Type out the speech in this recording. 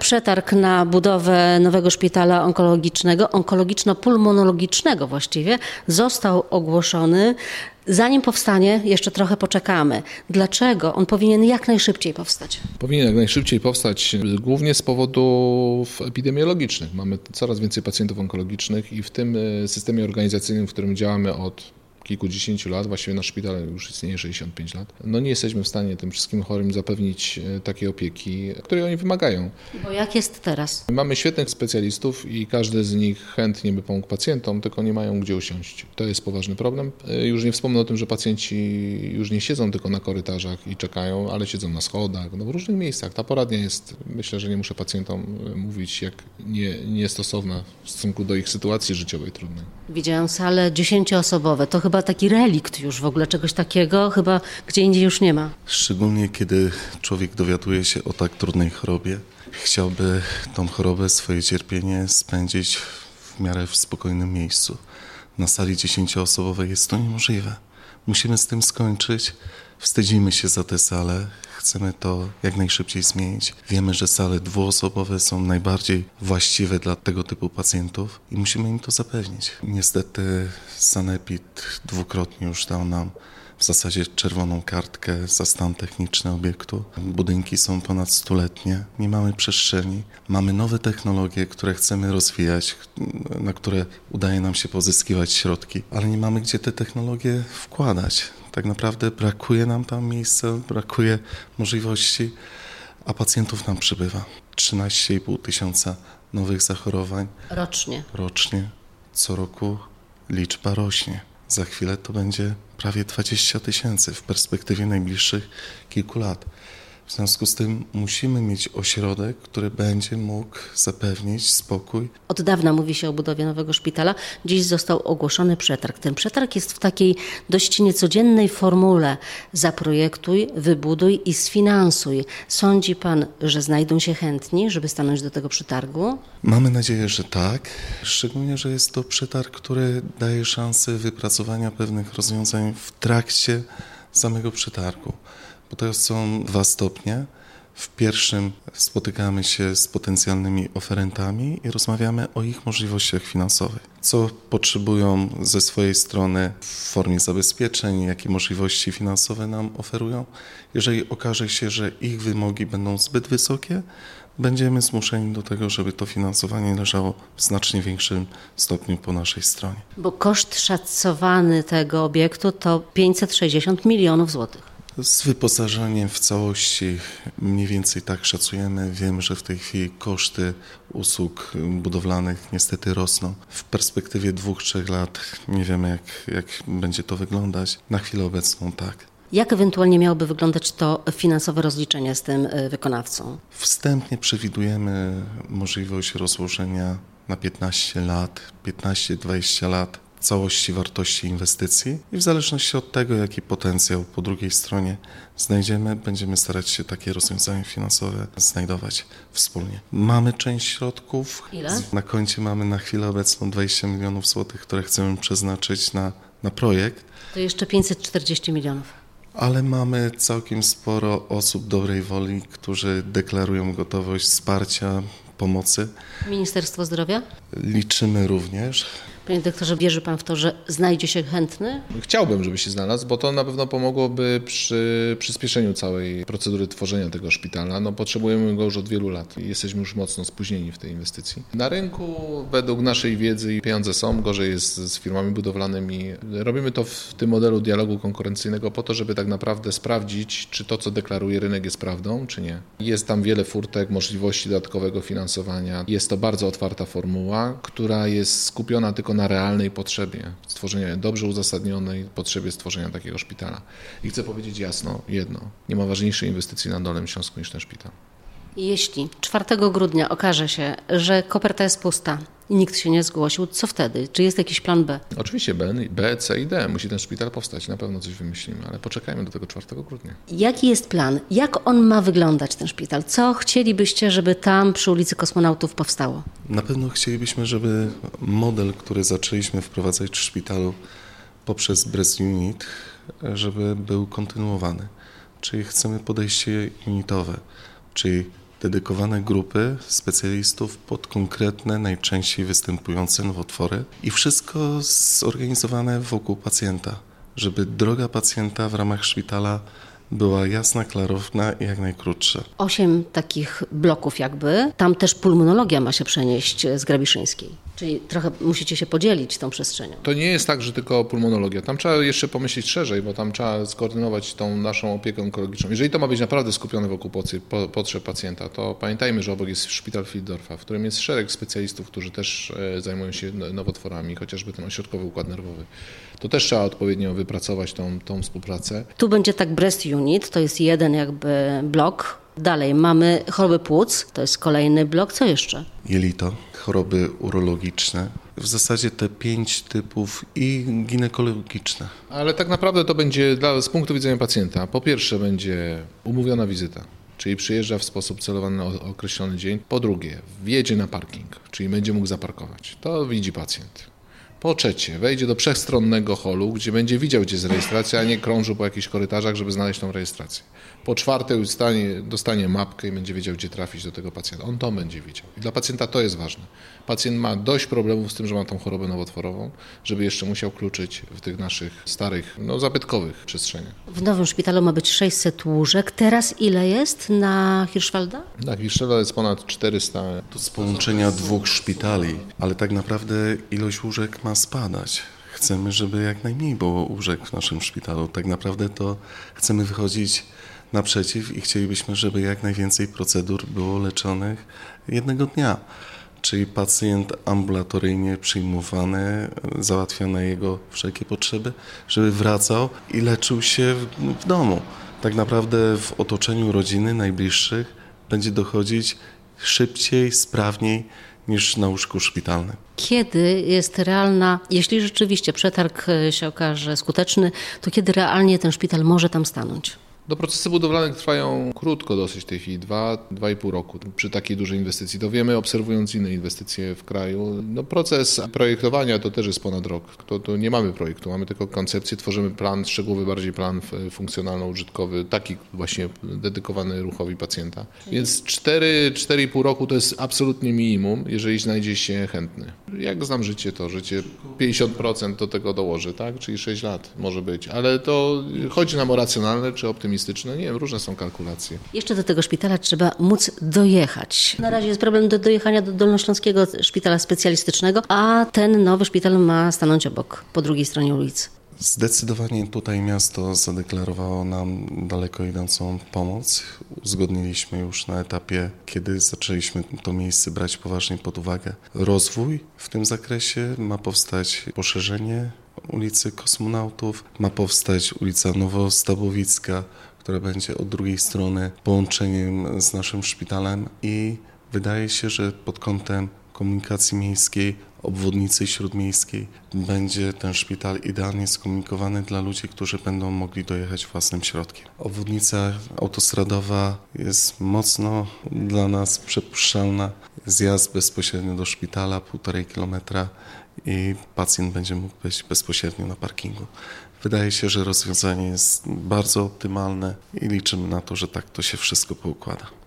Przetarg na budowę nowego szpitala onkologiczno-pulmonologicznego właściwie, został ogłoszony. Zanim powstanie, jeszcze trochę poczekamy. Dlaczego on powinien jak najszybciej powstać? Powinien jak najszybciej powstać głównie z powodów epidemiologicznych. Mamy coraz więcej pacjentów onkologicznych i w tym systemie organizacyjnym, w którym działamy od kilkudziesięciu lat, właściwie nasz szpital już istnieje 65 lat, nie jesteśmy w stanie tym wszystkim chorym zapewnić takiej opieki, której oni wymagają. Bo jak jest teraz? Mamy świetnych specjalistów i każdy z nich chętnie by pomógł pacjentom, tylko nie mają gdzie usiąść. To jest poważny problem. Już nie wspomnę o tym, że pacjenci już nie siedzą tylko na korytarzach i czekają, ale siedzą na schodach, w różnych miejscach. Ta poradnia jest, myślę, że nie muszę pacjentom mówić, jak niestosowna w stosunku do ich sytuacji życiowej trudnej. Widziałam salę 10-osobowe. To chyba taki relikt już w ogóle, czegoś takiego chyba gdzie indziej już nie ma. Szczególnie kiedy człowiek dowiaduje się o tak trudnej chorobie, chciałby tą chorobę, swoje cierpienie spędzić w miarę w spokojnym miejscu. Na sali 10-osobowej jest to niemożliwe. Musimy z tym skończyć. Wstydzimy się za tę salę. Chcemy to jak najszybciej zmienić. Wiemy, że sale 2-osobowe są najbardziej właściwe dla tego typu pacjentów i musimy im to zapewnić. Niestety sanepid dwukrotnie już dał nam w zasadzie czerwoną kartkę za stan techniczny obiektu. Budynki są ponad 100-letnie, nie mamy przestrzeni. Mamy nowe technologie, które chcemy rozwijać, na które udaje nam się pozyskiwać środki, ale nie mamy gdzie te technologie wkładać. Tak naprawdę brakuje nam tam miejsca, brakuje możliwości, a pacjentów nam przybywa. 13,5 tysiąca nowych zachorowań rocznie. Co roku liczba rośnie. Za chwilę to będzie prawie 20 tysięcy w perspektywie najbliższych kilku lat. W związku z tym musimy mieć ośrodek, który będzie mógł zapewnić spokój. Od dawna mówi się o budowie nowego szpitala. Dziś został ogłoszony przetarg. Ten przetarg jest w takiej dość niecodziennej formule. Zaprojektuj, wybuduj i sfinansuj. Sądzi pan, że znajdą się chętni, żeby stanąć do tego przetargu? Mamy nadzieję, że tak. Szczególnie, że jest to przetarg, który daje szansę wypracowania pewnych rozwiązań w trakcie samego przetargu. Bo to są 2 stopnie. W pierwszym spotykamy się z potencjalnymi oferentami i rozmawiamy o ich możliwościach finansowych. Co potrzebują ze swojej strony w formie zabezpieczeń, jakie możliwości finansowe nam oferują. Jeżeli okaże się, że ich wymogi będą zbyt wysokie, będziemy zmuszeni do tego, żeby to finansowanie leżało w znacznie większym stopniu po naszej stronie. Bo koszt szacowany tego obiektu to 560 milionów złotych. Z wyposażeniem w całości mniej więcej tak szacujemy. Wiemy, że w tej chwili koszty usług budowlanych niestety rosną. W perspektywie 2-3 lat nie wiemy, jak będzie to wyglądać. Na chwilę obecną tak. Jak ewentualnie miałoby wyglądać to finansowe rozliczenie z tym wykonawcą? Wstępnie przewidujemy możliwość rozłożenia na 15 lat, 15-20 lat całości wartości inwestycji i w zależności od tego, jaki potencjał po drugiej stronie znajdziemy, będziemy starać się takie rozwiązania finansowe znajdować wspólnie. Mamy część środków. Ile? Na koncie mamy na chwilę obecną 20 milionów złotych, które chcemy przeznaczyć na projekt. To jeszcze 540 milionów. Ale mamy całkiem sporo osób dobrej woli, którzy deklarują gotowość wsparcia, pomocy. Ministerstwo Zdrowia? Liczymy również. Panie doktorze, wierzy pan w to, że znajdzie się chętny? Chciałbym, żeby się znalazł, bo to na pewno pomogłoby przy przyspieszeniu całej procedury tworzenia tego szpitala. Potrzebujemy go już od wielu lat i jesteśmy już mocno spóźnieni w tej inwestycji. Na rynku według naszej wiedzy i pieniądze są, gorzej jest z firmami budowlanymi. Robimy to w tym modelu dialogu konkurencyjnego po to, żeby tak naprawdę sprawdzić, czy to, co deklaruje rynek, jest prawdą, czy nie. Jest tam wiele furtek, możliwości dodatkowego finansowania. Jest to bardzo otwarta formuła, która jest skupiona tylko na realnej potrzebie stworzenia, dobrze uzasadnionej potrzebie stworzenia takiego szpitala. I chcę powiedzieć jasno jedno, nie ma ważniejszej inwestycji na Dolnym Śląsku niż ten szpital. Jeśli 4 grudnia okaże się, że koperta jest pusta i nikt się nie zgłosił, co wtedy? Czy jest jakiś plan B? Oczywiście B, C i D. Musi ten szpital powstać. Na pewno coś wymyślimy, ale poczekajmy do tego 4 grudnia. Jaki jest plan? Jak on ma wyglądać, ten szpital? Co chcielibyście, żeby tam przy ulicy Kosmonautów powstało? Na pewno chcielibyśmy, żeby model, który zaczęliśmy wprowadzać w szpitalu poprzez Breast Unit, żeby był kontynuowany. Czyli chcemy podejście unitowe, czyli dedykowane grupy specjalistów pod konkretne, najczęściej występujące nowotwory i wszystko zorganizowane wokół pacjenta, żeby droga pacjenta w ramach szpitala była jasna, klarowna i jak najkrótsza. 8 takich bloków jakby. Tam też pulmonologia ma się przenieść z Grabiszyńskiej. Czyli trochę musicie się podzielić tą przestrzenią. To nie jest tak, że tylko pulmonologia. Tam trzeba jeszcze pomyśleć szerzej, bo tam trzeba skoordynować tą naszą opiekę onkologiczną. Jeżeli to ma być naprawdę skupione wokół potrzeb pacjenta, to pamiętajmy, że obok jest szpital Fritzdorfa, w którym jest szereg specjalistów, którzy też zajmują się nowotworami, chociażby ten ośrodkowy układ nerwowy. To też trzeba odpowiednio wypracować tą współpracę. Tu będzie tak breast unit, to jest jeden jakby blok. Dalej mamy choroby płuc, to jest kolejny blok. Co jeszcze? Jelito, choroby urologiczne, w zasadzie te 5 typów i ginekologiczne. Ale tak naprawdę to będzie z punktu widzenia pacjenta. Po pierwsze będzie umówiona wizyta, czyli przyjeżdża w sposób celowany na określony dzień. Po drugie, wjedzie na parking, czyli będzie mógł zaparkować. To widzi pacjent. Po trzecie, wejdzie do wszechstronnego holu, gdzie będzie widział, gdzie jest rejestracja, a nie krążył po jakichś korytarzach, żeby znaleźć tą rejestrację. Po czwarte, dostanie mapkę i będzie wiedział, gdzie trafić do tego pacjenta. On to będzie widział. I dla pacjenta to jest ważne. Pacjent ma dość problemów z tym, że ma tą chorobę nowotworową, żeby jeszcze musiał kluczyć w tych naszych starych, zabytkowych przestrzeniach. W nowym szpitalu ma być 600 łóżek. Teraz ile jest na Hirschfelda? Na Hirschfelda jest ponad 400. To z połączenia 2 szpitali, ale tak naprawdę ilość łóżek ma spadać. Chcemy, żeby jak najmniej było łóżek w naszym szpitalu. Tak naprawdę to chcemy wychodzić naprzeciw i chcielibyśmy, żeby jak najwięcej procedur było leczonych jednego dnia. Czyli pacjent ambulatoryjnie przyjmowany, załatwiane jego wszelkie potrzeby, żeby wracał i leczył się w domu. Tak naprawdę w otoczeniu rodziny, najbliższych będzie dochodzić szybciej, sprawniej niż na łóżku szpitalnym. Kiedy jest realna, jeśli rzeczywiście przetarg się okaże skuteczny, to kiedy realnie ten szpital może tam stanąć? Procesy budowlane trwają krótko dosyć w tej chwili, 2,5 roku przy takiej dużej inwestycji. To wiemy, obserwując inne inwestycje w kraju. Proces projektowania to też jest ponad rok. To nie mamy projektu, mamy tylko koncepcję, tworzymy plan szczegółowy, bardziej plan funkcjonalno-użytkowy, taki właśnie dedykowany ruchowi pacjenta. Więc 4,5 roku to jest absolutnie minimum, jeżeli znajdzie się chętny. Jak znam życie, to życie 50% do tego dołoży, tak? Czyli 6 lat może być, ale to chodzi nam o racjonalne czy optymistyczne. Nie wiem, różne są kalkulacje. Jeszcze do tego szpitala trzeba móc dojechać. Na razie jest problem do dojechania do Dolnośląskiego Szpitala Specjalistycznego, a ten nowy szpital ma stanąć obok, po drugiej stronie ulicy. Zdecydowanie tutaj miasto zadeklarowało nam daleko idącą pomoc. Uzgodniliśmy już na etapie, kiedy zaczęliśmy to miejsce brać poważnie pod uwagę. Rozwój w tym zakresie ma powstać poszerzenie ulicy Kosmonautów, ma powstać ulica Nowostabowicka, która będzie od drugiej strony połączeniem z naszym szpitalem i wydaje się, że pod kątem komunikacji miejskiej, obwodnicy śródmiejskiej będzie ten szpital idealnie skomunikowany dla ludzi, którzy będą mogli dojechać własnym środkiem. Obwodnica autostradowa jest mocno dla nas przepuszczalna. Zjazd bezpośrednio do szpitala 1,5 kilometra i pacjent będzie mógł być bezpośrednio na parkingu. Wydaje się, że rozwiązanie jest bardzo optymalne i liczymy na to, że tak to się wszystko poukłada.